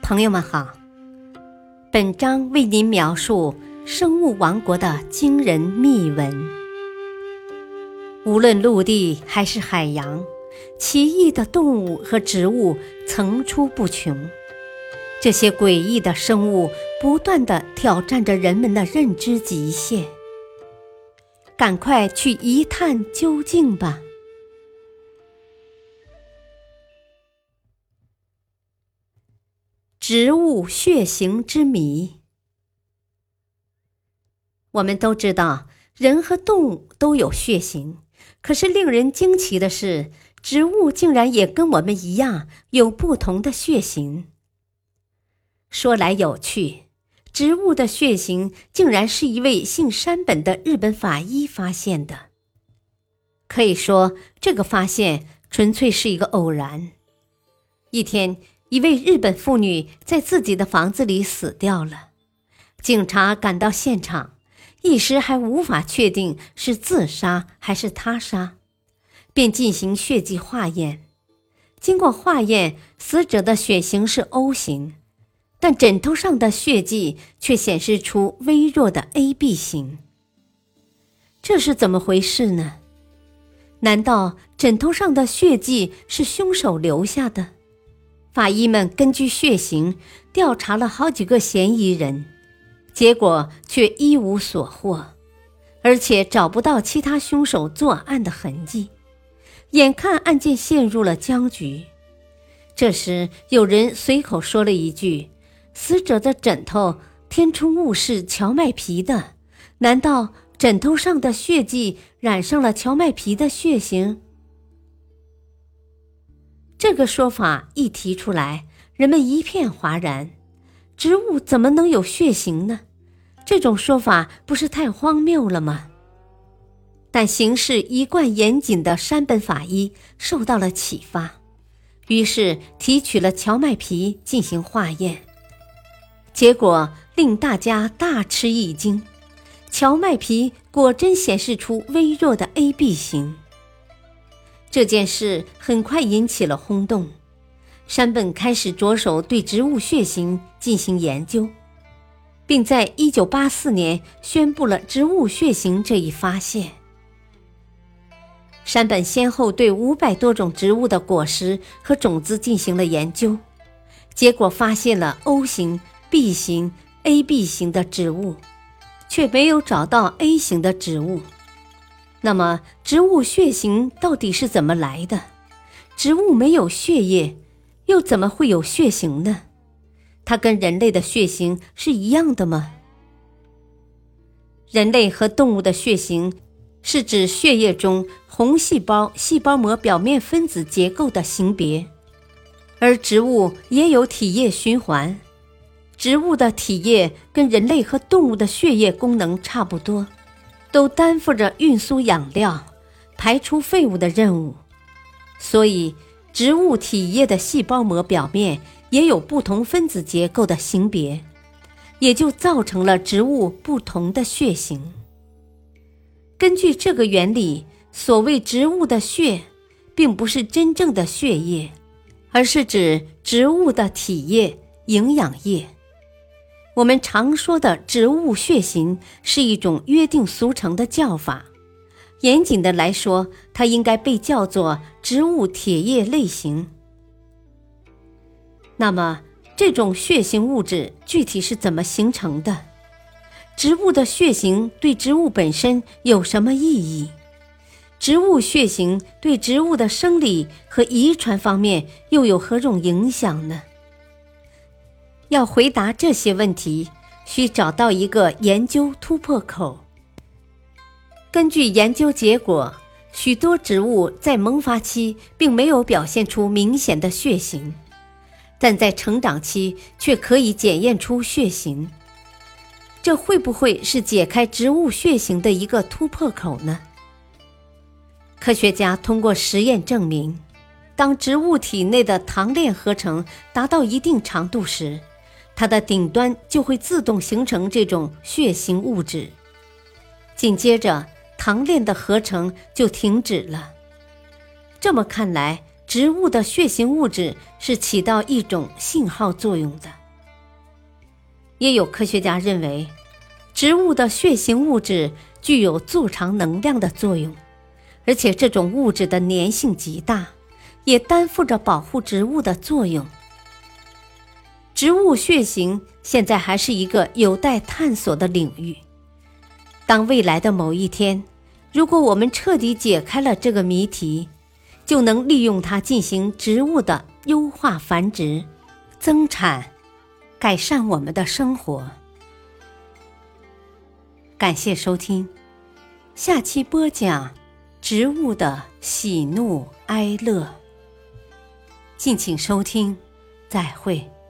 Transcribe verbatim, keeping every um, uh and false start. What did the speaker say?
朋友们好，本章为您描述生物王国的惊人秘闻。无论陆地还是海洋，奇异的动物和植物层出不穷。这些诡异的生物不断地挑战着人们的认知极限。赶快去一探究竟吧！植物血型之谜。我们都知道，人和动物都有血型，可是令人惊奇的是，植物竟然也跟我们一样有不同的血型。说来有趣，植物的血型竟然是一位姓山本的日本法医发现的。可以说，这个发现纯粹是一个偶然。一天，一位日本妇女在自己的房子里死掉了。警察赶到现场，一时还无法确定是自杀还是他杀，便进行血迹化验。经过化验，死者的血型是 O 型，但枕头上的血迹却显示出微弱的 A B 型。这是怎么回事呢？难道枕头上的血迹是凶手留下的？法医们根据血型调查了好几个嫌疑人，结果却一无所获，而且找不到其他凶手作案的痕迹，眼看案件陷入了僵局。这时有人随口说了一句，死者的枕头填充物是荞麦皮的，难道枕头上的血迹染上了荞麦皮的血型？这个说法一提出来，人们一片哗然。植物怎么能有血型呢？这种说法不是太荒谬了吗？但行事一贯严谨的山本法医受到了启发，于是提取了荞麦皮进行化验。结果令大家大吃一惊，荞麦皮果真显示出微弱的 A B 型。这件事很快引起了轰动，山本开始着手对植物血型进行研究，并在一九八四年宣布了植物血型这一发现。山本先后对五百多种植物的果实和种子进行了研究，结果发现了 O 型、B 型、A B 型的植物，却没有找到 A 型的植物。那么植物血型到底是怎么来的？植物没有血液，又怎么会有血型呢？它跟人类的血型是一样的吗？人类和动物的血型是指血液中红细胞细胞膜表面分子结构的型别，而植物也有体液循环。植物的体液跟人类和动物的血液功能差不多，都担负着运输养料、排出废物的任务，所以植物体液的细胞膜表面也有不同分子结构的型别，也就造成了植物不同的血型。根据这个原理，所谓植物的血，并不是真正的血液，而是指植物的体液、营养液。我们常说的植物血型是一种约定俗成的叫法，严谨的来说，它应该被叫做植物铁液类型。那么，这种血型物质具体是怎么形成的？植物的血型对植物本身有什么意义？植物血型对植物的生理和遗传方面又有何种影响呢？要回答这些问题，需找到一个研究突破口。根据研究结果，许多植物在萌发期并没有表现出明显的血型，但在成长期却可以检验出血型。这会不会是解开植物血型的一个突破口呢？科学家通过实验证明，当植物体内的糖链合成达到一定长度时，它的顶端就会自动形成这种血型物质，紧接着糖链的合成就停止了。这么看来，植植物的血型物质是起到一种信号作用的。也有科学家认为，植物的血型物质具有贮藏能量的作用，而且这种物质的粘性极大，也担负着保护植物的作用。植物血型现在还是一个有待探索的领域。当未来的某一天，如果我们彻底解开了这个谜题，就能利用它进行植物的优化繁殖、增产，改善我们的生活。感谢收听，下期播讲植物的喜怒哀乐。敬请收听，再会。